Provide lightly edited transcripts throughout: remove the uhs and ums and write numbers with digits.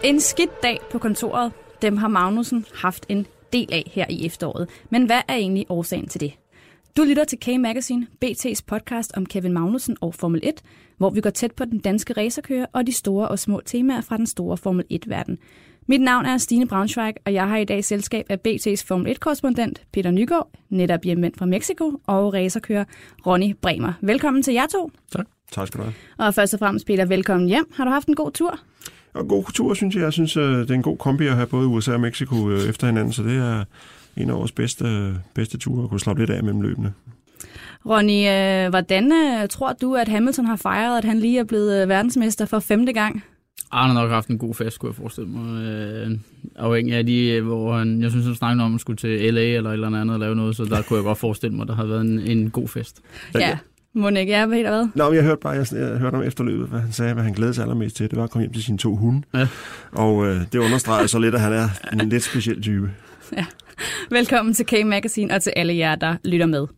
En skidt dag på kontoret, dem har Magnussen haft en del af her i efteråret. Men hvad er egentlig årsagen til det? Du lytter til K-Magazine, BT's podcast om Kevin Magnussen og Formel 1, hvor vi går tæt på den danske racerkører og de store og små temaer fra den store Formel 1-verden. Mit navn er Stine Braunschweig, og jeg har i dag selskab af BT's Formel 1-korrespondent Peter Nygaard, netop hjemvendt fra Mexico, og racerkører Ronny Bremer. Velkommen til jer to. Tak skal du have. Og først og fremmest, Peter, velkommen hjem. Har du haft en god tur? Og god tur, synes jeg. Jeg synes, det er en god kombi at have både USA og Mexico efter hinanden, så det er en af vores bedste ture at kunne slappe lidt af mellem løbene. Ronny, hvordan tror du, at Hamilton har fejret, at han lige er blevet verdensmester for 5. gang? Han har nok haft en god fest, kunne jeg forestille mig. Afhængig af jeg synes, han snakkede om, at han skulle til LA eller et eller andet og lave noget, så der kunne jeg godt forestille mig, at der har været en god fest. Ja. Må ikke? Ja, hvad hvad? Nå, jeg hørte om efterløbet, hvad han sagde, hvad han glædede sig allermest til. Det var at komme hjem til sine 2 hunde. Ja. Og det understreger så lidt, at han er en lidt speciel type. Ja. Velkommen til K-Magazine og til alle jer, der lytter med.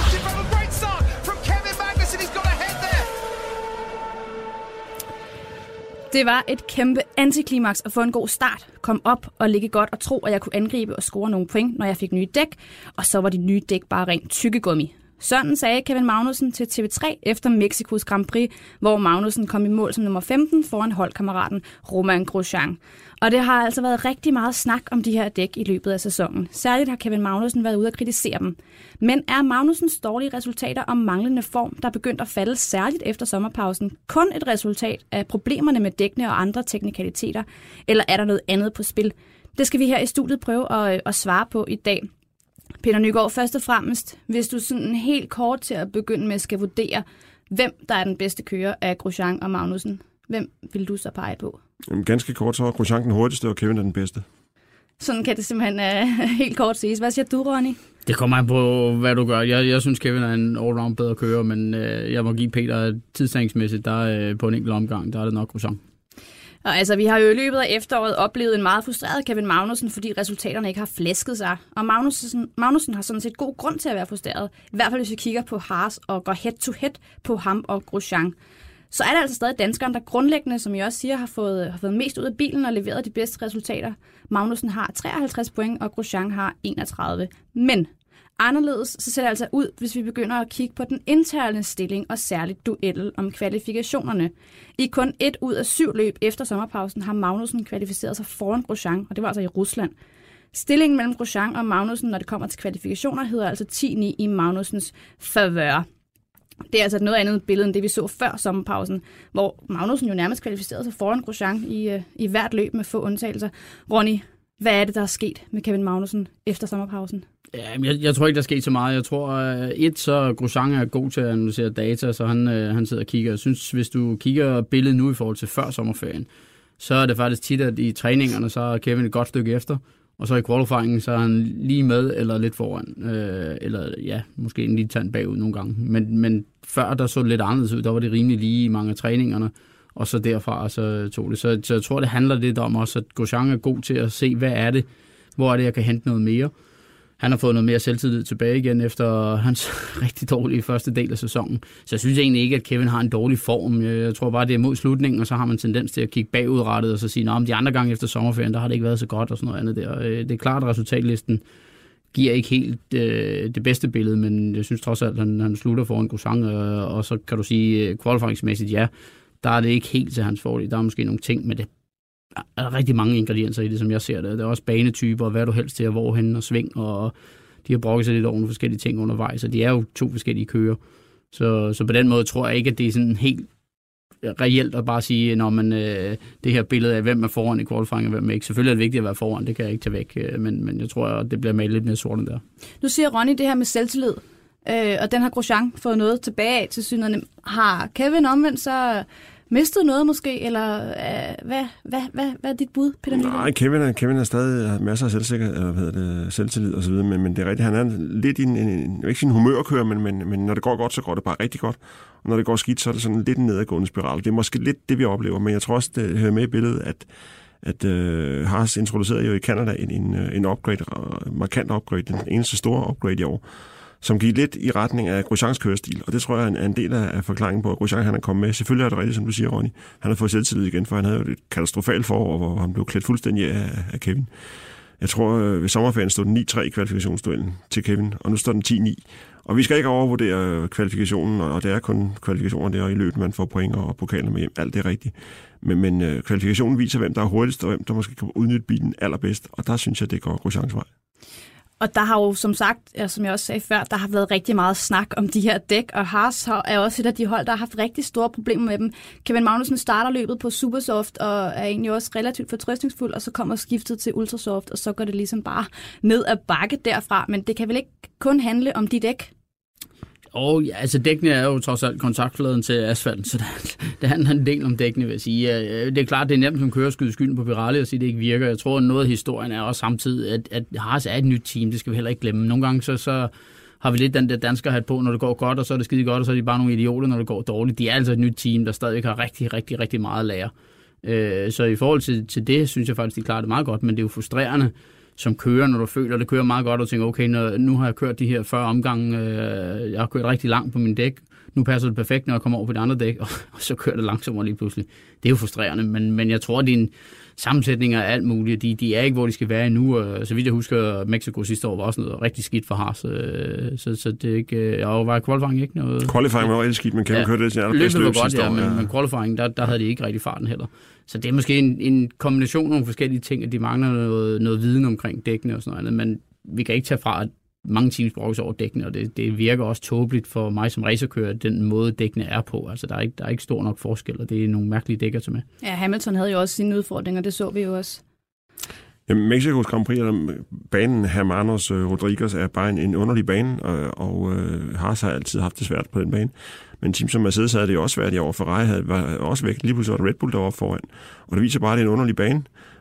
Det var et kæmpe antiklimaks at få en god start, komme op og ligge godt og tro, at jeg kunne angribe og score nogle point, når jeg fik nye dæk, og så var de nye dæk bare rent tykkegummi. Sådan sagde Kevin Magnussen til TV3 efter Mexikos Grand Prix, hvor Magnussen kom i mål som nummer 15 foran holdkammeraten Romain Grosjean. Og det har altså været rigtig meget snak om de her dæk i løbet af sæsonen. Særligt har Kevin Magnussen været ude at kritisere dem. Men er Magnussens dårlige resultater og manglende form, der begyndt at falde særligt efter sommerpausen, kun et resultat af problemerne med dækkene og andre teknikaliteter, eller er der noget andet på spil? Det skal vi her i studiet prøve at svare på i dag. Peter Nygaard, først og fremmest, hvis du sådan helt kort til at begynde med skal vurdere, hvem der er den bedste kører af Grosjean og Magnussen, hvem vil du så pege på? Ganske kort, så er Grosjean den hurtigste, og Kevin er den bedste. Sådan kan det simpelthen helt kort siges. Hvad siger du, Ronny? Det kommer an på, hvad du gør. Jeg synes, Kevin er en all-round bedre kører, men jeg må give Peter tidsstændingsmæssigt, der på en enkelt omgang, der er det nok Grosjean. Og altså, vi har jo i løbet af efteråret oplevet en meget frustreret Kevin Magnussen, fordi resultaterne ikke har flæsket sig. Og Magnussen har sådan set god grund til at være frustreret. I hvert fald, hvis vi kigger på Haas og går head-to-head på ham og Grosjean. Så er det altså stadig danskeren, der grundlæggende, som jeg også siger, har fået mest ud af bilen og leveret de bedste resultater. Magnussen har 53 point, og Grosjean har 31. Men anderledes så ser det altså ud, hvis vi begynder at kigge på den interne stilling og særligt duel om kvalifikationerne. I kun 1 ud af 7 løb efter sommerpausen har Magnussen kvalificeret sig foran Grosjean, og det var altså i Rusland. Stillingen mellem Grosjean og Magnussen, når det kommer til kvalifikationer, hedder altså 10-9 i Magnussens favør. Det er altså et noget andet billede end det, vi så før sommerpausen, hvor Magnussen jo nærmest kvalificerede sig foran Grosjean i hvert løb med få undtagelser. Ronny, hvad er det, der er sket med Kevin Magnussen efter sommerpausen? Ja, jeg tror ikke, der er sket så meget. Jeg tror, så Grosjean er god til at analysere data, så han sidder og kigger. Jeg synes, hvis du kigger billedet nu i forhold til før sommerferien, så er det faktisk tit, at i træningerne, så er Kevin et godt stykke efter, og så i qualifyingen, så er han lige med eller lidt foran. Eller ja, måske en lille tand bagud nogle gange. Men før der så det lidt anderledes ud, der var det rimelig lige i mange af træningerne, og så derfra så tog det. Så jeg tror, det handler lidt om også, at Grosjean er god til at se, hvad er det, hvor er det, jeg kan hente noget mere. Han har fået noget mere selvtillid tilbage igen efter hans rigtig dårlige første del af sæsonen. Så jeg synes egentlig ikke, at Kevin har en dårlig form. Jeg tror bare, det er mod slutningen, og så har man tendens til at kigge bagudrettet og så sige, at de andre gange efter sommerferien, der har det ikke været så godt og sådan noget andet der. Det er klart, at resultatlisten giver ikke helt det bedste billede, men jeg synes trods alt, at han slutter foran Grosjean, og så kan du sige, qualifieringsmæssigt, ja, der er det ikke helt til hans fordel. Der er måske nogle ting med det. Der er rigtig mange ingredienser i det, som jeg ser det. Der er også banetyper, og hvad du helst til, og hvorhen og sving, og de har brokket sig lidt over nogle forskellige ting undervejs, og de er jo 2 forskellige kører. Så på den måde tror jeg ikke, at det er sådan helt reelt at bare sige, når man det her billede af, hvem er foran i qualifying og hvem er ikke. Selvfølgelig er det vigtigt at være foran, det kan jeg ikke tage væk, men jeg tror, at det bliver malet lidt mere sort end der. Nu siger Ronny det her med selvtillid, og den har Grosjean fået noget tilbage af til synerne. Har Kevin omvendt så mistet noget måske, eller hvad er dit bud, Peter Nygaard? Nej, Kevin har stadig masser af selvtillid og så videre, men det er rigtigt, han er lidt i ikke sin humørkører, men når det går godt, så går det bare rigtig godt. Og når det går skidt, så er det sådan lidt en nedadgående spiral. Det er måske lidt det, vi oplever, men jeg tror også, det hører med i billedet, at Haas introducerede jo i Canada en upgrade, markant upgrade, den eneste store upgrade i år, som gik lidt i retning af Grosjeans kørestil, og det tror jeg er en del af forklaringen på, at Grosjean han er kommet med. Selvfølgelig er det rigtigt, som du siger, Ronny. Han har fået selvtillid igen, for han havde jo et katastrofalt forår, hvor han blev klædt fuldstændig af Kevin. Jeg tror, ved sommerferien stod den 9-3 i kvalifikationsduellen til Kevin, og nu står den 10-9. Og vi skal ikke overvurdere kvalifikationen, og det er kun kvalifikationer der, og i løbet man får point og pokaler med hjem. Alt det er rigtigt. Men kvalifikationen viser, hvem der er hurtigst, og hvem der måske kan udnytte bilen allerbedst, og der synes jeg, det går Grosjeans vej. Og der har jo, som sagt, som jeg også sagde før, der har været rigtig meget snak om de her dæk, og Haas er også et af de hold, der har haft rigtig store problemer med dem. Kevin Magnussen starter løbet på Supersoft, og er egentlig også relativt fortrøstningsfuld, og så kommer skiftet til Ultrasoft, og så går det ligesom bare ned ad bakke derfra. Men det kan vel ikke kun handle om de dæk? Og ja, altså dækkene er jo trods alt kontaktfladen til asfalten, så det handler en del om dækkene, vil jeg sige. Det er klart, det er nemt som kører skyde skylden på Pirelli og sige, at det ikke virker. Jeg tror, at noget af historien er også samtidig, at Haas er et nyt team, det skal vi heller ikke glemme. Nogle gange så har vi lidt den der danskerhat på, når det går godt, og så er det skide godt, og så er de bare nogle idioter, når det går dårligt. De er altså et nyt team, der stadig har rigtig meget at lære. Så i forhold til det, synes jeg faktisk, de klarer det meget godt, men det er jo frustrerende som kører, når du føler, at det kører meget godt, og tænker, okay, nu har jeg kørt de her 40 omgange, jeg har kørt rigtig langt på min dæk, nu passer det perfekt, når jeg kommer over på de andre dæk, og så kører det langsommere lige pludselig. Det er jo frustrerende, men jeg tror, at din sammensætning er alt muligt. De er ikke, hvor de skal være endnu, og så vidt jeg husker, Mexico sidste år var også noget rigtig skidt for Haas, så det er ikke, og var qualifying ikke noget? Qualifying var rigtig skidt, men kan køre det til allerbedste løb sidste år. Men qualifying, der havde de ikke rigtig farten heller. Så det er måske en kombination af nogle forskellige ting, at de mangler noget viden omkring dækkene og sådan noget, men vi kan ikke tage fra, at mange teams brokkes over dækkene, og det virker også tåbeligt for mig som racerkører, den måde dækkene er på. Altså, der er ikke stor nok forskel, og det er nogle mærkelige dækker til med. Ja, Hamilton havde jo også sine udfordringer, det så vi jo også. Jamen, Mexicos Grand Prix, banen Hermanos Rodriguez er bare en underlig bane, og Haas har altid haft det svært på den bane. Men team som Mercedes havde det jo også svært i år. Ferrari var også væk. Lige pludselig var det Red Bull, der var foran. Og det viser bare, at det er en underlig bane.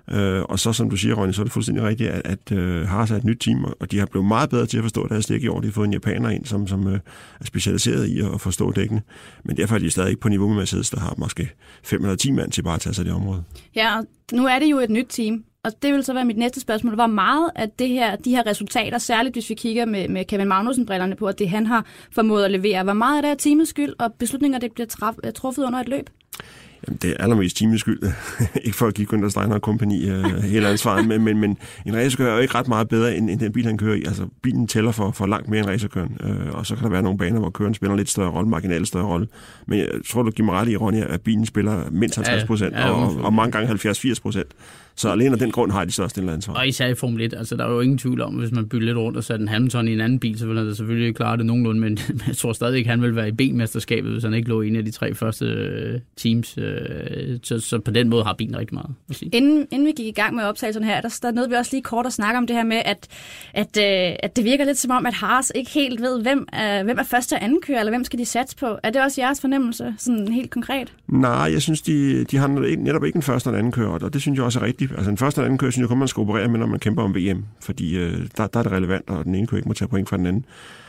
Og så, som du siger, Ronny, så er det fuldstændig rigtigt, at Haas er et nyt team, og de har blevet meget bedre til at forstå deres dæk i år. De har fået en japaner ind, som er specialiseret i at forstå dækkene. Men derfor er de stadig ikke på niveau med Mercedes, der har måske 5 eller 10 mand til bare at tage sig det område. Ja, og nu er det jo et nyt team. Og det vil så være mit næste spørgsmål. Hvor meget af de her resultater, særligt hvis vi kigger med Kevin Magnussen-brillerne på, at det han har formået at levere, hvor meget af det er teamets skyld, og beslutninger, det bliver truffet under et løb? Jamen, det er allermest teamets skyld. Ikke for at give Günther Steiner og kompagni hele ansvaret, men en racerkører er jo ikke ret meget bedre, end den bil, han kører i. Altså, bilen tæller for langt mere end racerkøren, og så kan der være nogle baner, hvor køren spiller en lidt større rolle, marginalt større rolle. Men jeg tror, du giver mig ret i, Ronny, at bilen spiller mindst 50%, og mange gange 70-80%. Så alene af den grund har de største en eller anden ansvar. Og især i Formel 1, altså der er jo ingen tvivl om, hvis man bytter lidt rundt og satte en Hamilton i en anden bil, så ville han da selvfølgelig klare det nogenlunde, men jeg tror stadig ikke, han ville være i B-mesterskabet, hvis han ikke lå en af de 3 første teams. Så på den måde har bilen rigtig meget at sige. Inden vi gik i gang med optagelserne her, der nåede vi også lige kort at snakke om det her med, at det virker lidt som om, at Haas ikke helt ved, hvem er første og anden kører, eller hvem skal de satse på. Er det også jeres fornemmelse, sådan helt konkret? Nej, jeg synes, de har netop ikke en første og anden kører, og det synes jeg også er rigtigt. Altså en første og anden kører, synes jeg kun, man skal operere med, når man kæmper om VM, fordi der er det relevant, og den ene kører ikke må tage point fra den anden.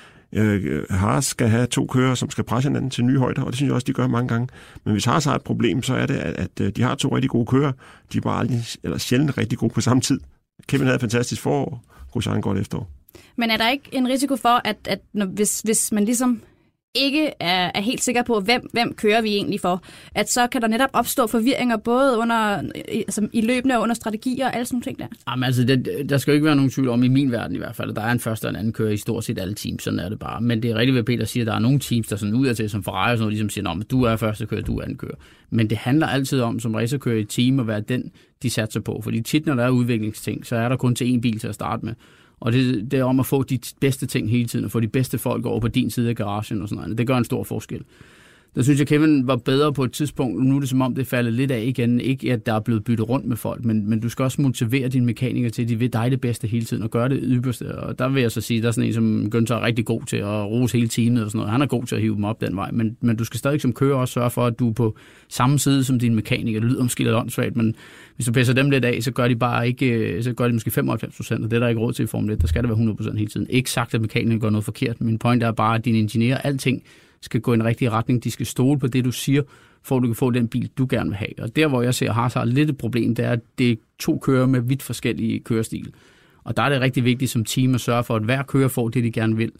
Haas skal have 2 kører, som skal presse hinanden til nye højder, og det synes jeg også, de gør mange gange. Men hvis Haas har et problem, så er det, at de har 2 rigtig gode kører. De er bare aldrig, eller sjældent rigtig gode på samme tid. Kevin havde et fantastisk forår, Grosjean godt efterår. Men er der ikke en risiko for, at hvis man ligesom ikke er helt sikker på, hvem kører vi egentlig for, at så kan der netop opstå forvirringer, både i løbende og under strategier og alle sådan ting der? Jamen altså, der skal jo ikke være nogen tvivl om, i min verden i hvert fald, at der er en første og en anden kører i stort set alle teams, sådan er det bare. Men det er rigtigt, hvad Peter siger, der er nogle teams, der sådan udadtil, som Ferrari og sådan noget, ligesom siger, at du er første kører, du er anden kører. Men det handler altid om, som racerkører i et team, at være den, de satser på. Fordi tit, når der er udviklingsting, så er der kun til én bil til at starte med. Og det er om at få de bedste ting hele tiden, og få de bedste folk over på din side af garagen og sådan noget. Det gør en stor forskel. Der synes jeg, Kevin var bedre på et tidspunkt. Nu er det som om, det falder lidt af igen. Ikke at der er blevet byttet rundt med folk, men du skal også motivere dine mekanikere til, at de vil dig det bedste hele tiden og gøre det ypperste. Og der vil jeg så sige, der er sådan en, som Günther er rigtig god til at rose hele teamet og sådan noget. Han er god til at hive dem op den vej, men du skal stadig som kører også sørge for, at du er på samme side som dine mekanikere. Det lyder måske lidt åndssvagt, men hvis du pisser dem lidt af, så gør de bare ikke, så gør de måske 95%, og det er der ikke råd til i Formel 1. Der skal det være 100% hele tiden. Ikke sagt, at mekanikerne gør noget forkert. Min point er bare, at dine ingeniører, alting skal gå i en rigtig retning. De skal stole på det, du siger, for at du kan få den bil, du gerne vil have. Og der, hvor jeg ser, at Haas har lidt et problem, det er, at det er 2 kører med vidt forskellige kørestil. Og der er det rigtig vigtigt som team at sørge for, at hver kører får det, de gerne vil.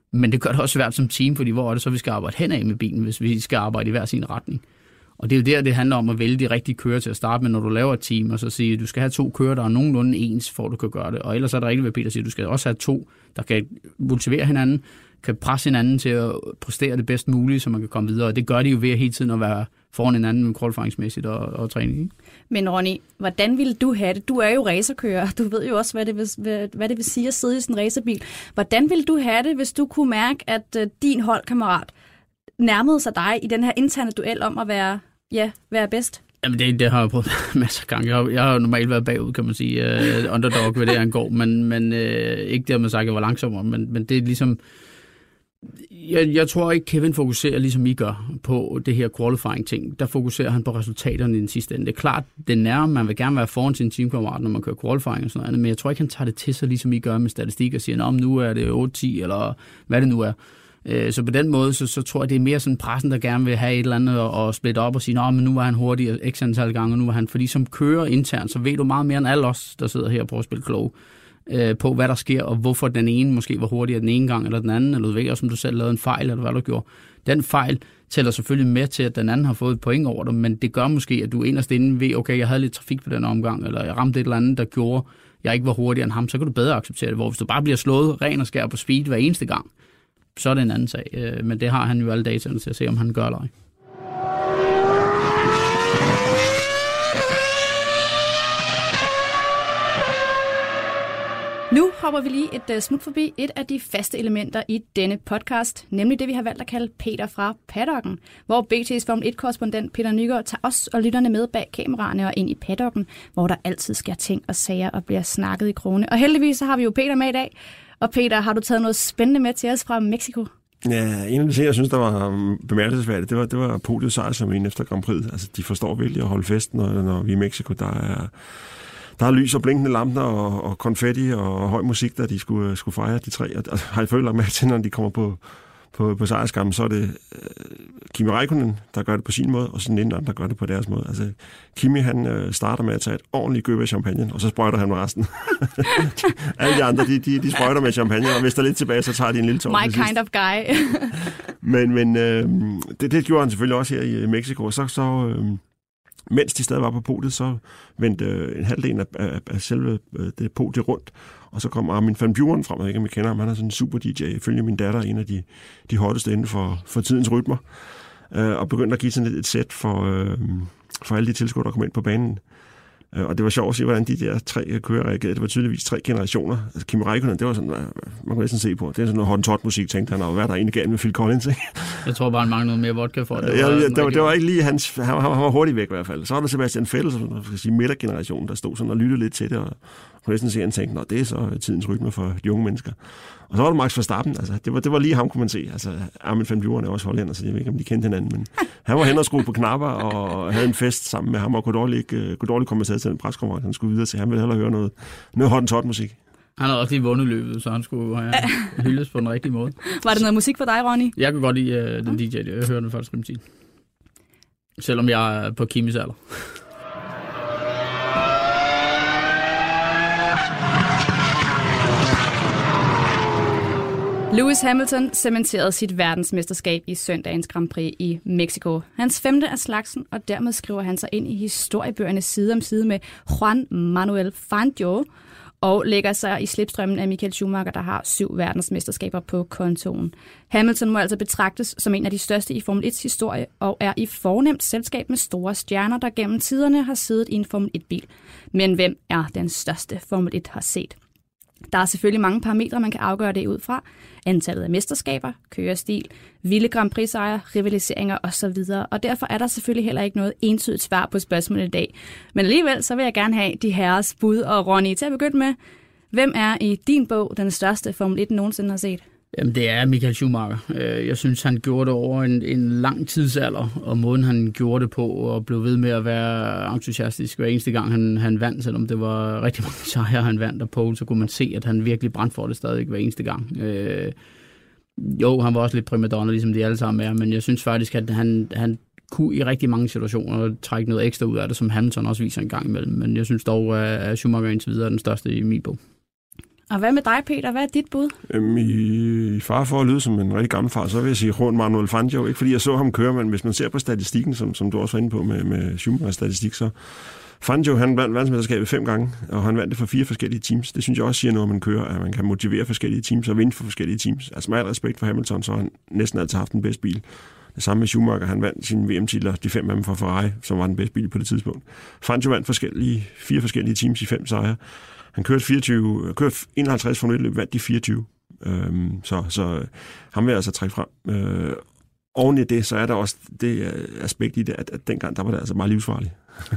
Men det gør det også svært som team, fordi hvor er det så, vi skal arbejde henad med bilen, hvis vi skal arbejde i hver sin retning. Og det er jo der, det handler om at vælge de rigtige kører til at starte med, når du laver et team, og så sige, at du skal have 2 kører, der er nogenlunde ens, for at du kan gøre det. Og ellers er det rigtigt, hvad Peter siger, du skal også have 2, der kan motivere hinanden, kan presse hinanden til at præstere det bedst muligt, så man kan komme videre. Og det gør de jo ved hele tiden at være foran hinanden qualifieringsmæssigt og træning. Ikke? Men Ronny, hvordan ville du have det? Du er jo racerkører, du ved jo også, hvad det vil sige at sidde i sådan en racerbil. Hvordan ville du have det, hvis du kunne mærke, at din holdkammerat nærmede sig dig i den her interne duel om at være bedst? Jamen det har jeg prøvet masser af gange. Jeg har normalt været bagud, kan man sige, underdog ved det, han går, men ikke det, at man sagt, at jeg var langsommere, men det er ligesom... Jeg tror ikke, Kevin fokuserer, ligesom I gør, på det her qualifying-ting. Der fokuserer han på resultaterne i den sidste ende. Det er klart, det er nærmere, man vil gerne være foran sin teamkammerat, når man kører qualifying og sådan noget, men jeg tror ikke, han tager det til sig, ligesom I gør med statistik og siger, nu er det 8-10, eller hvad det nu er. Så på den måde, så tror jeg, det er mere sådan pressen, der gerne vil have et eller andet og splitte op og sige, men nu var han hurtig x antal gange, og nu var han, fordi som kører internt, så ved du meget mere end alle os, der sidder her på at spille kloge, på hvad der sker, og hvorfor den ene måske var hurtigere den ene gang, eller den anden, eller du ved også, om du selv lavede en fejl, eller hvad du gjorde. Den fejl tæller selvfølgelig med til, at den anden har fået et point over dig, men det gør måske, at du inderst inde ved, okay, jeg havde lidt trafik på den omgang, eller jeg ramte et eller andet, der gjorde, jeg ikke var hurtigere end ham, så kan du bedre acceptere det, hvor hvis du bare bliver slået ren og skær på speed hver eneste gang, så er det en anden sag. Men det har han jo alle dataerne til at se, om han gør eller ej. Nu hopper vi lige et smut forbi et af de faste elementer i denne podcast, nemlig det, vi har valgt at kalde Peter fra paddocken, hvor BT's Formel 1-korrespondent Peter Nygaard tager os og lytterne med bag kameraerne og ind i paddocken, hvor der altid sker ting og sager og bliver snakket i krone. Og heldigvis så har vi jo Peter med i dag. Og Peter, har du taget noget spændende med til os fra Mexico? Ja, en af de ting, jeg synes, der var bemærkelsesværdigt, det var podiets sejr som en efter Grand Prix. Altså, de forstår virkelig at holde fest, når vi er i Mexico. Der er lys og blinkende lamper og konfetti og høj musik, der de skulle fejre de 3. Og har jeg følt med til, når de kommer på sejrskammen, så er det Kimi Räikkönen, der gør det på sin måde, og så den anden, der gør det på deres måde. Altså, Kimi, han starter med at tage et ordentligt gøb af champagne, og så sprøjter han med resten. Alle de andre, de sprøjter med champagne, og hvis der er lidt tilbage, så tager de en lille tår. My kind of guy. men det gjorde han selvfølgelig også her i Mexico. Så mens de stadig var på podiet, så vendte en halvdel af selve det podiet rundt, og så kom Armin van Buuren frem, jeg ikke om I kender ham, han er sådan en super DJ, ifølge min datter, en af de hotteste inden for tidens rytmer, og begyndte at give sådan et sæt for alle de tilskuere, der kom ind på banen. Og det var sjovt at se, hvordan de der 3 kører reagerede. Det var tydeligvis 3 generationer. Altså Kimi Räikkönen, det var sådan, man kunne næsten se på. Det er sådan noget hottentot-musik, tænkte han, og hvad der egentlig galt med Phil Collins, ikke? Jeg tror bare, han manglede noget mere vodka for det. Det var ikke lige hans... Han var hurtigt væk i hvert fald. Så var der Sebastian Vettel, som skal sige midtergenerationen, der stod sådan og lyttede lidt til det, og kunne næsten se, at han tænkte, det er så tidens rytme for de unge mennesker. Og så var der Max Verstappen, altså det var lige ham, kunne man se. Altså Armin van Buuren er også hollænder, så jeg ved ikke, om de kendte hinanden, men han var hen og skruede på knapper og havde en fest sammen med ham, og kunne dårligt komme til den preskonference, han skulle videre til. Han ville hellere høre noget hottentot-musik. Han havde også lige vundet løbet, så han skulle have hyldes på den rigtige måde. Var det noget musik for dig, Ronny? Jeg kunne godt lide den DJ, jeg hørte den faktisk sige. Selvom jeg er på Kimis alder. Lewis Hamilton cementerede sit verdensmesterskab i søndagens Grand Prix i Mexico. Hans 5. af slagsen, og dermed skriver han sig ind i historiebøgerne side om side med Juan Manuel Fangio, og lægger sig i slipstrømmen af Michael Schumacher, der har 7 verdensmesterskaber på kontoen. Hamilton må altså betragtes som en af de største i Formel 1's historie, og er i fornemt selskab med store stjerner, der gennem tiderne har siddet i en Formel 1-bil. Men hvem er den største Formel 1 har set? Der er selvfølgelig mange parametre, man kan afgøre det ud fra. Antallet af mesterskaber, kørestil, vilde Grand Prix-sejre, rivaliseringer osv. Og derfor er der selvfølgelig heller ikke noget entydigt svar på spørgsmålet i dag. Men alligevel så vil jeg gerne have de herres bud, og Ronny, til at begynde med, hvem er i din bog den største Formel 1 nogensinde har set? Jamen, det er Michael Schumacher. Jeg synes, han gjorde det over en lang tidsalder, og måden han gjorde det på, og blev ved med at være entusiastisk hver eneste gang, han vandt, selvom det var rigtig mange sejre, han vandt, og på, så kunne man se, at han virkelig brændte for det stadig hver eneste gang. Jo, han var også lidt primadonna, ligesom de alle sammen er, men jeg synes faktisk, at han kunne i rigtig mange situationer trække noget ekstra ud af det, som Hamilton også viser en gang imellem. Men jeg synes dog, at Schumacher indtil videre er den største i min bog. Og hvad med dig, Peter? Hvad er dit bud? I far for at lyde som en rigtig gammel far, så vil jeg sige Juan Manuel Fangio. Ikke fordi jeg så ham køre, men hvis man ser på statistikken, som du også var inde på med Schumachers statistik, så Fangio, han vandt verdensmesterskabet 5 gange, og han vandt det for 4 forskellige teams. Det synes jeg også siger noget, man kører, at man kan motivere forskellige teams og vinde for forskellige teams. Altså med al respekt for Hamilton, så har han næsten altid haft den bedste bil. Det samme med Schumacher, han vandt sine VM-titler, de 5 af dem fra Ferrari, som var den bedste bil på det tidspunkt. Fangio vandt 4 forskellige teams i 5 sejre. Han kørte 51 Formel 1-løb, vandt de 24. Så ham vil jeg altså trække frem. Oven i det, så er der også det aspekt i det, at dengang, der var det altså meget livsfarligt.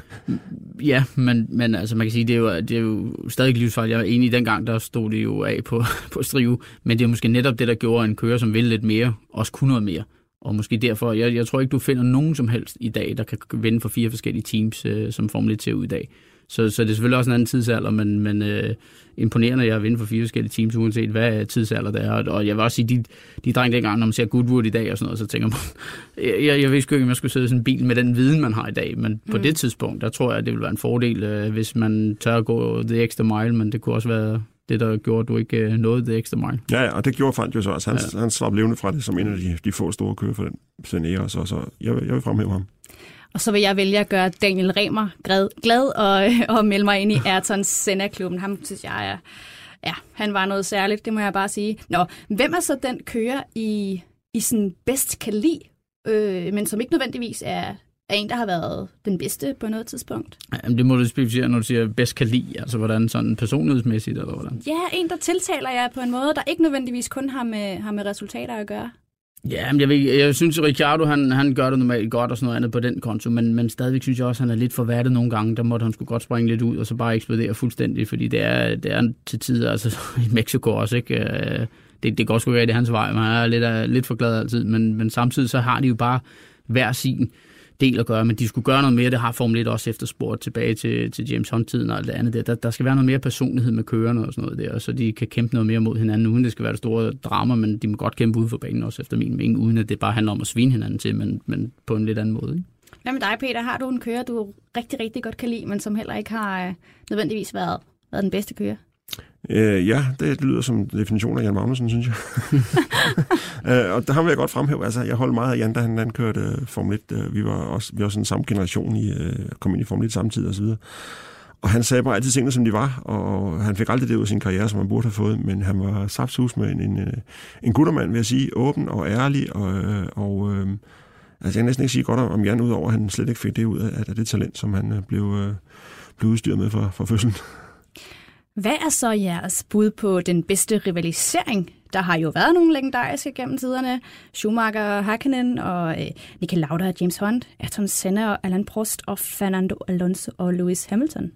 Ja, men altså man kan sige, det er jo stadig livsfarligt. Jeg er enig i, dengang, der stod det jo af på strive, men det er måske netop det, der gjorde en kører, som vil lidt mere, også kunne noget mere. Og måske derfor, jeg tror ikke, du finder nogen som helst i dag, der kan vinde for 4 forskellige teams, som Formel 1 ser ud i dag. Så det er selvfølgelig også en anden tidsalder, men imponerende, at jeg vinder for 4 forskellige teams, uanset hvad tidsalder det er. Og jeg vil også sige, de drenge dengang, når man ser Goodwood i dag og sådan noget, så tænker man, jeg ved sgu ikke, om jeg skulle sidde i sådan en bil med den viden, man har i dag. Men på det tidspunkt, der tror jeg, at det ville være en fordel, hvis man tør at gå the extra mile, men det kunne også være det, der gjorde, at du ikke nåede the extra mile. Ja, og det gjorde Fangio så også. Han slap levende fra det som en af de få store kører for den ære, så jeg vil fremhæve ham. Og så vil jeg vælge at gøre Daniel Riemer glad og melde mig ind i Ayrton Senna-klubben. Ham synes jeg han var noget særligt, det må jeg bare sige. Nå, hvem er så den kører i sådan bedst kan lide, men som ikke nødvendigvis er en, der har været den bedste på noget tidspunkt? Jamen, det må du specificere, når du siger bedst kan lide, altså hvordan sådan personlighedsmæssigt, eller hvordan? Ja, en, der tiltaler jer på en måde, der ikke nødvendigvis kun har med resultater at gøre. Ja, men jeg synes, at Ricciardo, han gør det normalt godt og sådan noget andet på den konto, men stadigvæk synes jeg også, at han er lidt forvattet nogle gange. Der måtte han sgu godt springe lidt ud og så bare eksplodere fuldstændig, fordi det er til tider, altså i Mexico også, ikke? Det går sgu ikke det hans vej, man er lidt for glad altid, men samtidig så har de jo bare hver sin del at gøre, men de skulle gøre noget mere, det har Formel 1 også efterspurgt tilbage til James Hunt-tiden og alt det andet. Der skal være noget mere personlighed med kørerne og sådan noget der, så de kan kæmpe noget mere mod hinanden, uden det skal være det store drama, men de må godt kæmpe ude for banen også efter min mening, uden at det bare handler om at svine hinanden til, men på en lidt anden måde. Ikke? Hvad med dig, Peter? Har du en kører, du rigtig, rigtig godt kan lide, men som heller ikke har nødvendigvis været den bedste kører? Ja, det lyder som definition af Jan Magnussen, synes jeg. Og der vil jeg godt fremhæve. Altså, jeg holdt meget af Jan, da han kørte Formel 1. Vi var også sådan samme generation, kom ind i Formel 1 samtidig og så videre. Og han sagde bare altid tingene, som de var, og han fik aldrig det ud af sin karriere, som han burde have fået, men han var saftsus med en guttermand, vil jeg sige, åben og ærlig, og altså, jeg kan næsten ikke sige godt om Jan, udover at han slet ikke fik det ud af det talent, som han blev udstyret med fra fødslen. Hvad er så jeres bud på den bedste rivalisering? Der har jo været nogle legendariske gennem tiderne. Schumacher og Häkkinen og Niki Lauda og James Hunt, Ayrton Senna og Alain Prost og Fernando Alonso og Lewis Hamilton.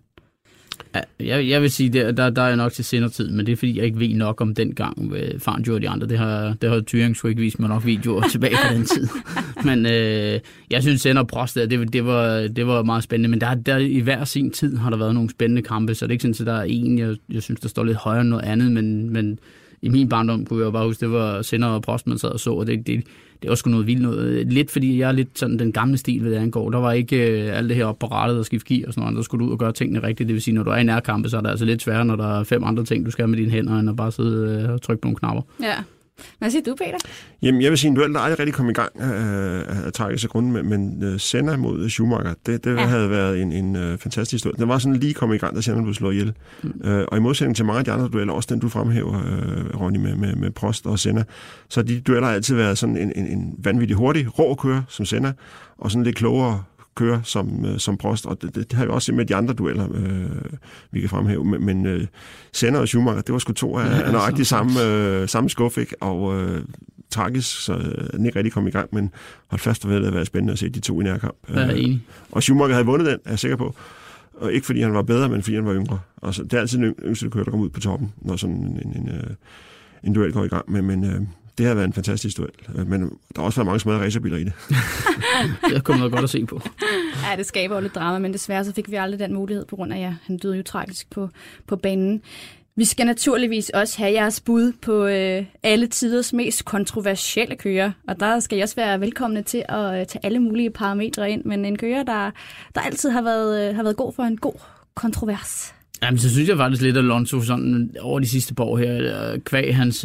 Jeg vil sige, der er nok til senere-tid, men det er fordi, jeg ikke ved nok om den gang med Fangio og de andre. Det har Thuring sgu ikke vist mig nok videoer tilbage fra den tid. Men jeg synes, Senna og Prost, det var meget spændende, men der i hver sin tid har der været nogle spændende kampe, så det er ikke sådan, at der er en, jeg synes, der står lidt højere end noget andet, men i min barndom kunne jeg bare huske, det var Senna og Prost, man sad og så, og det var sgu noget vildt noget. Lidt fordi jeg er lidt sådan den gamle stil, hvad det angår. Der var ikke alt det her op på rattet og skifte gear og sådan noget. Der skulle du ud og gøre tingene rigtigt. Det vil sige, når du er i nærkampe, så er det altså lidt sværere, når der er 5 andre ting, du skal med dine hænder, end at bare sidde og trykke på nogle knapper. Ja. Hvad siger du, Peter? Jamen, jeg vil sige, en duel, der aldrig rigtig kom i gang af tragiske grunde, men Senna mod Schumacher, det havde været en fantastisk historie. Den var sådan lige kommet i gang, da Senna blev slået ihjel. Og i modsætning til mange af de andre dueller, også den du fremhæver, Ronny, med Prost og Senna, så de dueller har altid været sådan en vanvittig hurtig, rå kører som Senna, og sådan lidt klogere kører som Prost, og det har vi også set med de andre dueller, vi kan fremhæve. Men Senna og Schumacher, det var sgu to af nøjagtigt samme skuff, ikke? Og tragisk, så den ikke rigtig kom i gang, men hold fast, at det været spændende at se de to i nærkamp. Og Schumacher havde vundet den, er jeg sikker på. Og ikke fordi han var bedre, men fordi han var yngre. Og så, det er altid den yngste kører, der kommer ud på toppen, når sådan en duel går i gang. Men det har været en fantastisk duel, men der har også været mange smadrede racerbiler i det. Det kommer noget godt at se på. Ja, det skaber jo lidt drama, men desværre så fik vi aldrig den mulighed på grund af, han døde jo tragisk på banen. Vi skal naturligvis også have jeres bud på alle tiders mest kontroversielle kører, og der skal I også være velkomne til at tage alle mulige parametre ind, men en kører, der altid har været god for en god kontrovers. Jamen, så synes jeg faktisk lidt, at Alonso sådan over de sidste par år her, kvæg hans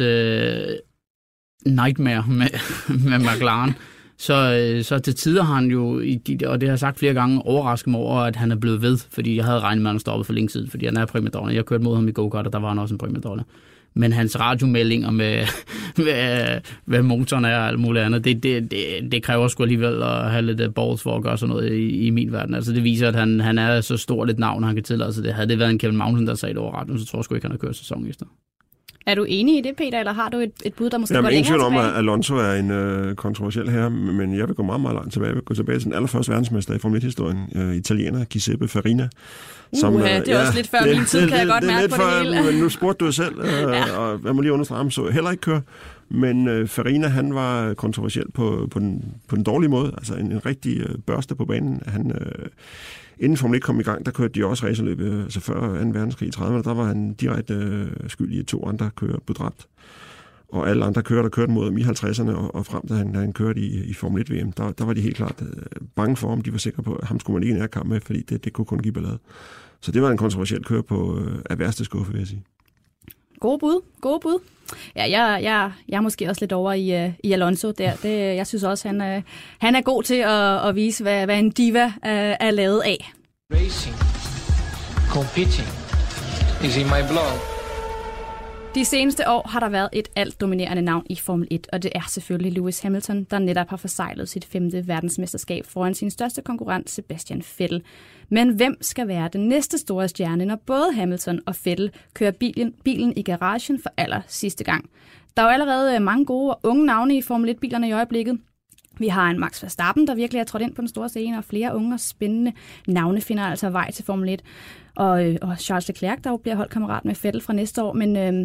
nightmare med McLaren, så til tider har han jo, og det har jeg sagt flere gange, overrasket mig over, at han er blevet ved, fordi jeg havde regnet med, at han stoppede for længe siden, fordi han er primadonna. Jeg kørte mod ham i go-kart, og der var han også en primadonna. Men hans radiomeldinger med hvad motoren er og alt muligt andet, det kræver sgu alligevel at have lidt balls for at gøre sådan noget i min verden. Altså det viser, at han er så stort et navn, han kan tillade sig det. Havde det været en Kevin Magnussen, der sagde det over radioen, så tror jeg sgu ikke, han har kørt sæson efter. Er du enig i det, Peter, eller har du et bud, der måske går længere tilbage? Jamen, ingen tvivl om, at Alonso er en kontroversiel herre, men jeg vil gå meget, meget langt tilbage. Jeg vil gå tilbage til den allerførste verdensmester i Formel 1-historien, italiener Giuseppe Farina. Som, det er også lidt før min tid, kan jeg godt mærke på det hele. Men nu spurgte du selv, og jeg må lige understrege ham, så heller ikke køre. Men Farina, han var kontroversiel på den dårlige måde. Altså en rigtig børste på banen. Inden Formel 1 kom i gang, der kørte de også racerløb, altså før 2. verdenskrig i 30'erne, der var han direkte skyldig, at 2 andre kører blev dræbt. Og alle andre kører, der kørte mod ham i 50'erne og frem, da han kørte i Formel 1-VM, der var de helt klart bange for ham. De var sikre på, at ham skulle man ikke nærkamp med, fordi det kunne kun give ballade. Så det var en kontroversiel køre på af værste skuffe, vil jeg sige. Gode bud. Ja, jeg er måske også lidt over i Alonso der. Jeg synes også, han er god til at vise, hvad en diva er lavet af. Racing, competing is in my blood. De seneste år har der været et alt dominerende navn i Formel 1, og det er selvfølgelig Lewis Hamilton, der netop har forsejlet sit 5. verdensmesterskab foran sin største konkurrent Sebastian Vettel. Men hvem skal være den næste store stjerne, når både Hamilton og Vettel kører bilen i garagen for aller sidste gang? Der er jo allerede mange gode og unge navne i Formel 1-bilerne i øjeblikket. Vi har en Max Verstappen, der virkelig er trådt ind på den store scene, og flere unge og spændende navne finder altså vej til Formel 1. Og Charles Leclerc, der jo bliver holdkammerat med Vettel fra næste år.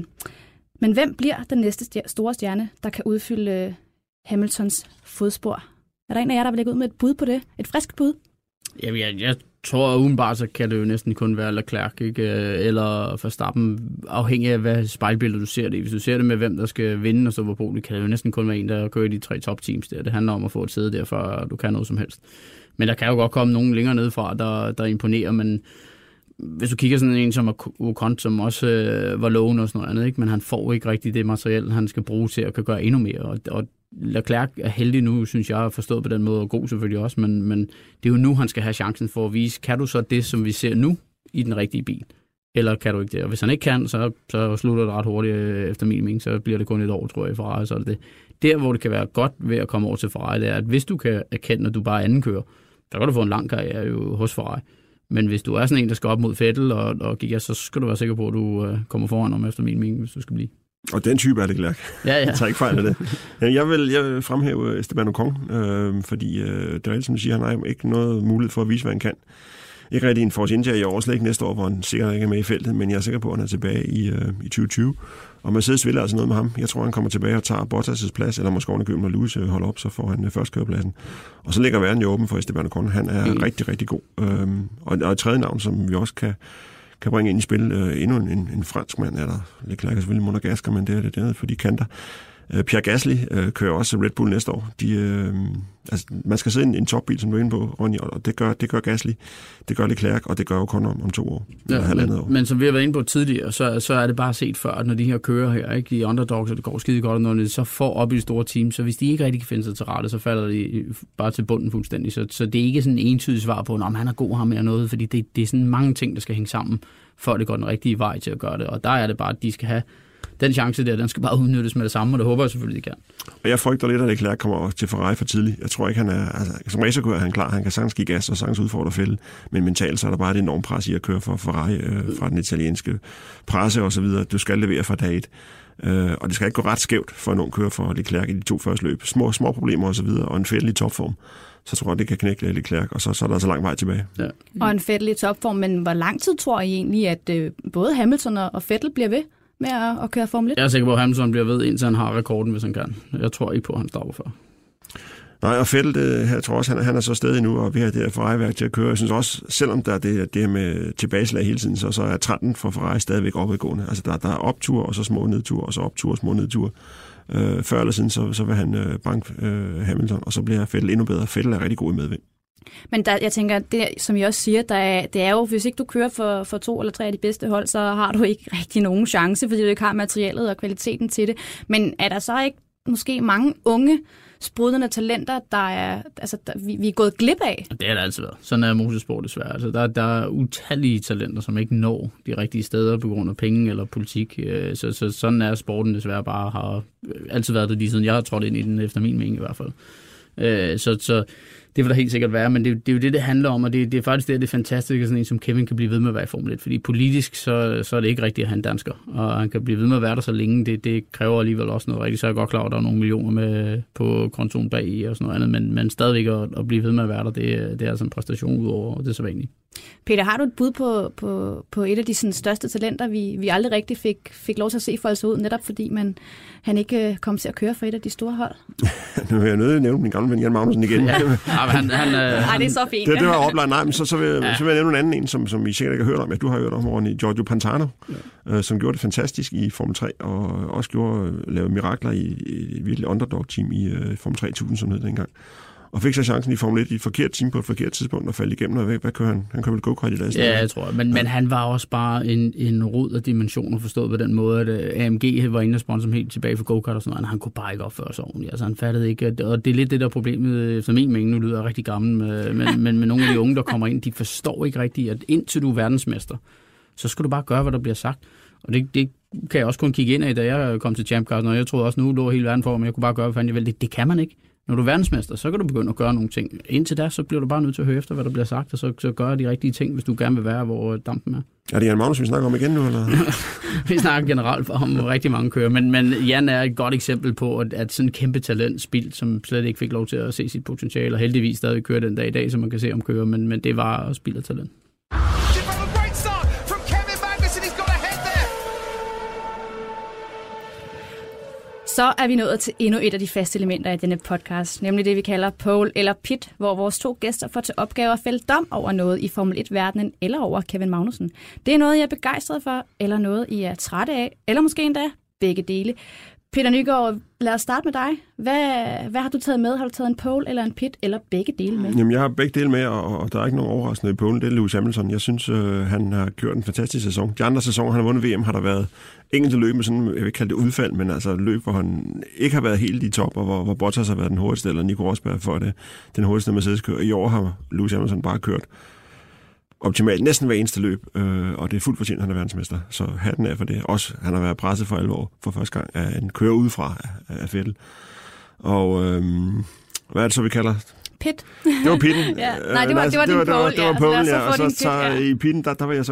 Men hvem bliver den næste store stjerne, der kan udfylde Hamiltons fodspor? Er der en af jer, der vil lægge ud med et bud på det? Et frisk bud? Jamen, jeg tror, at udenbart så kan det jo næsten kun være Leclerc, ikke? Eller Verstappen, afhængig af hvad spejlbillede du ser det. Hvis du ser det med, hvem der skal vinde og stå på podiet, kan det jo næsten kun være en, der kører i de 3 topteams der. Det handler om at få et sæde der, for du kan noget som helst. Men der kan jo godt komme nogen længere nedefra, der imponerer, men hvis du kigger sådan en som Ocon, som også var lovende og sådan noget andet, ikke? Men han får ikke rigtig det materiel, han skal bruge til at kan gøre endnu mere. Og Leclerc er heldig nu, synes jeg, forstået på den måde, og god selvfølgelig også, men det er jo nu, han skal have chancen for at vise, kan du så det, som vi ser nu, i den rigtige bil? Eller kan du ikke det? Og hvis han ikke kan, så slutter det ret hurtigt efter min mening, så bliver det kun et år, tror jeg, i Ferrari, så er det. Der, hvor det kan være godt ved at komme over til Ferrari, det er, at hvis du kan erkende, at du bare er anden kører, så kan du få en lang karriere jo hos Ferrari. Men hvis du er sådan en, der skal op mod Vettel og Giga, så skal du være sikker på, at du kommer foran om efter min mening, hvis du skal blive. Og den type er det Leclerc. Ja. Jeg tager ikke fejl af det. Jeg vil fremhæve Esteban Ocon, fordi det er rigtig, som du siger, han har ikke noget mulighed for at vise, hvad han kan. Ikke rigtig en Force India i år, slet ikke næste år, hvor han sikkert ikke er med i feltet, men jeg er sikker på, at han er tilbage i 2020. Og Mercedes vil altså noget med ham. Jeg tror, han kommer tilbage og tager Bottas' plads, eller måske ovenikøbet, når Lewis holder op, så får han førstkørepladsen. Og så ligger verden jo åben for Esteban Ocon. Han er rigtig, rigtig god. Og et tredje navn, som vi også kan bringe ind i spil. Endnu en fransk mand er der. Leclerc er selvfølgelig monegasker, men det er det andet for de kanter. Pierre Gasly kører også Red Bull næste år. Man skal sidde i en topbil, som du er inde på, Ronny, og det gør Gasly, det gør Leclerc, og det gør jo kun om 2 år. År. Men som vi har været inde på tidligere, så er det bare set før, at når de her kører her, ikke, de underdogs, og det går skide godt, og når de så får op i de store teams, så hvis de ikke rigtig kan finde sig til rette, så falder de bare til bunden fuldstændig. Så det er ikke sådan en entydig svar på, om han er god ham eller noget, fordi det er sådan mange ting, der skal hænge sammen, for det går den rigtige vej til at gøre det. Og der er det bare, at de skal have den chance der, den skal bare udnyttes med det samme, og det håber jeg selvfølgelig, de kan. Og jeg frygter lidt, at Leclerc kommer til Ferrari for tidligt. Jeg tror ikke, han er... Altså, som racerkører er han klar. Han kan sagtens give gas og sagtens udfordre Vettel. Men mentalt så er der bare et enormt pres i at køre for Ferrari fra den italienske presse og så videre. Du skal levere fra dag 1. Og det skal ikke gå ret skævt for en ung kører for Leclerc i de 2 første løb. Små problemer og så videre, og en Vettel i topform. Så tror jeg, det kan knække Leclerc, og så er der altså lang vej tilbage. Ja. Og en Vettel i topform, men hvor lang tid tror I egentlig, at både Hamilton og Vettel bliver ved med at køre Formel 1? Jeg er sikker på, at Hamilton bliver ved, indtil han har rekorden, hvis han kan. Jeg tror ikke på, at han stopper før. Nej, og Vettel, jeg tror også, han er så stadig nu, og vi har det her Ferrari-værk til at køre. Jeg synes også, selvom der er det med tilbageslag hele tiden, så er trenden for Ferrari stadigvæk opadgående. Altså, der er optur, og så små nedtur, og så optur og små nedtur. Før eller siden, så vil han banke Hamilton, og så bliver Vettel endnu bedre. Vettel er rigtig god i medvind. Men jeg tænker, det, som jeg også siger, det er jo, hvis ikke du kører for 2 eller 3 af de bedste hold, så har du ikke rigtig nogen chance, fordi du ikke har materialet og kvaliteten til det. Men er der så ikke måske mange unge sprudlende talenter, vi er gået glip af? Det er der altid været. Sådan er motorsport desværre. Altså, der er utallige talenter, som ikke når de rigtige steder på grund af penge eller politik. Så sådan er sporten desværre bare, har altid været det lige siden jeg har trådt ind i den, efter min mening i hvert fald. Så det vil der helt sikkert være, men det er jo det handler om, og det er faktisk det fantastiske, at sådan en som Kevin kan blive ved med at være i Formel 1, fordi politisk, så er det ikke rigtigt at have en dansker, og han kan blive ved med at være der så længe, det kræver alligevel også noget rigtigt, så er jeg godt klar, at der er nogle millioner med på kontoen bag i og sådan noget andet, men stadigvæk at blive ved med at være der, det er altså en præstation udover det sædvanlige. Peter, har du et bud på et af de sådan, største talenter, vi aldrig rigtig fik lov til at se folde sig ud, netop fordi han ikke kom til at køre for et af de store hold? Nu vil jeg nødt nævne min gamle ven Jan Magnussen igen. Ja, det er så fint. Det var oplagt. Nej, men så vil jeg nævne en anden en, som I sikkert ikke har hørt om. Ja, du har hørt om, Ronny, Giorgio Pantano, som gjorde det fantastisk i Formel 3, og også lavede mirakler i et virkelig underdog-team i Formel 3000, som hed det engang. Og fik så chancen i Formel 1 i et forkert team på et forkert tidspunkt og faldt igennem. Og hvad kører han? Han kører vel go-kart i dag? Ja, jeg tror. Men han var også bare en rod af dimensioner, forstået på den måde, at AMG var inde og sponsor helt tilbage for go-kart og sådan noget, og han kunne bare ikke opføre sig ordentligt. Altså han fattede ikke, og det er lidt det der problemet, efter min mening, nu lyder jeg rigtig gammel, men med nogle af de unge, der kommer ind, de forstår ikke rigtigt, at indtil du er verdensmester, så skal du bare gøre, hvad der bliver sagt. Og det kan jeg også kun kigge ind af, da jeg kom til Champ Cars, og jeg troede også, nu lå hele verden for, men jeg kunne bare gøre, hvad fanden jeg vil. Det kan man ikke. Når du er verdensmester, så kan du begynde at gøre nogle ting. Indtil da, så bliver du bare nødt til at høre efter, hvad der bliver sagt, og så gøre de rigtige ting, hvis du gerne vil være, hvor dampen er. Er det Jan Magnussen, vi snakker om igen nu, eller? Vi snakker generelt om rigtig mange kører, men Jan er et godt eksempel på, at sådan en kæmpe talent spildt, som slet ikke fik lov til at se sit potentiale, og heldigvis stadig kører den dag i dag, så man kan se om kører, men det var spild af talent. Så er vi nået til endnu et af de faste elementer i denne podcast, nemlig det, vi kalder pole eller pit, hvor vores 2 gæster får til opgave at fælde dom over noget i Formel 1-verdenen eller over Kevin Magnussen. Det er noget, I er begejstret for, eller noget, I er trætte af, eller måske endda begge dele. Peter Nygaard, lad os starte med dig. Hvad har du taget med? Har du taget en pole eller en pit, eller begge dele med? Jamen, jeg har begge dele med, og der er ikke nogen overraskende i polen. Det er Lewis Hamilton. Jeg synes, han har kørt en fantastisk sæson. De andre sæsoner, han har vundet VM, har der været enkelte løb med sådan, jeg vil ikke kalde det udfald, men altså løb, hvor han ikke har været helt i top, og hvor Bottas har været den hurtigste, eller Nico Rosberg for det, den hurtigste Mercedes-kører. I år har Lewis Hamilton bare kørt optimalt næsten hver eneste løb, og det er fuldt fortjent, han er verdensmester. Så hatten af for det. Også, han har været presset for alvor for første gang af en kører udefra af Vettel. Og hvad er det så, vi kalder? Pit. Det var pitten. Ja. Nej, det var din pole. Det var polen, ja. Og så i pitten, der vil jeg så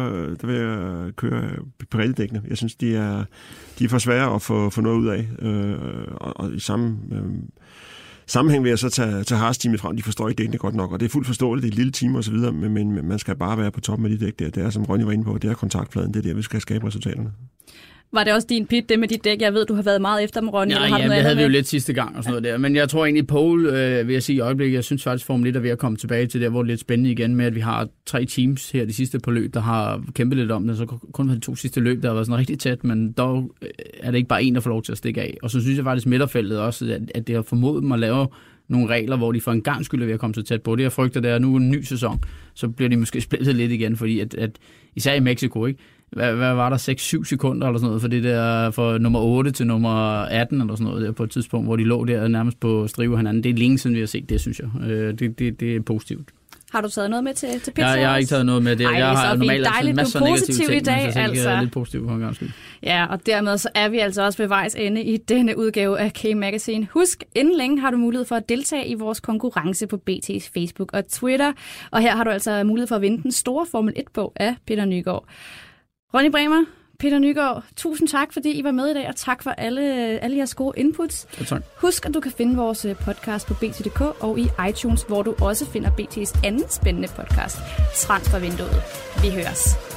køre Pirelli-dækkene. Jeg synes, de er for svære at få noget ud af. Og i samme sammenhæng vil jeg så tage Haas-teamet frem. De forstår ikke dækkene godt nok, og det er fuldt forståeligt, det er et lille team og så videre, men man skal bare være på toppen af de dæk der. Det er, som Ronny var inde på, det er kontaktfladen, det er der, vi skal skabe resultaterne. Var det også din pit, det med dit dæk? Jeg ved, du har været meget efter dem, Ronny. Ja, det havde vi jo lidt sidste gang og sådan noget der. Men jeg tror egentlig, pole, vil jeg sige i øjeblikket, jeg synes faktisk, Formel 1 er ved at komme tilbage til der, hvor det er lidt spændende igen med, at vi har 3 teams her de sidste par løb, der har kæmpet lidt om det. Så kun de 2 sidste løb, der har været sådan rigtig tæt, men dog er det ikke bare en, der får lov til at stikke af. Og så synes jeg faktisk midterfeltet også, at det har formået dem at lave nogle regler, hvor de for en gang skulle ved at komme så tæt på. Det jeg frygter, det er nu en ny sæson, så bliver de måske splittet lidt igen, fordi at især i Mexico, ikke? Hvad var der? 6-7 sekunder eller sådan noget, for det der fra nummer 8 til nummer 18 eller sådan noget der på et tidspunkt, hvor de lå der nærmest på strive hinanden. Det er længe siden, vi har set det, synes jeg. Det er positivt. Har du taget noget med til pizza? Jeg har ikke taget noget med det. Ej, jeg har normalt altid masser af negative ting, i dag, men altså. Jeg er lidt positiv på en gang skyld. Ja, og dermed så er vi altså også ved vejs ende i denne udgave af K-Magazine. Husk, inden længe har du mulighed for at deltage i vores konkurrence på BT's Facebook og Twitter. Og her har du altså mulighed for at vinde den store Formel 1-bog af Peter Nygaard. Ronny Bremer, Peter Nygaard, tusind tak, fordi I var med i dag, og tak for alle jeres gode inputs. Tak. Husk, at du kan finde vores podcast på bt.dk og i iTunes, hvor du også finder BT's anden spændende podcast, Transfervinduet. Vi høres.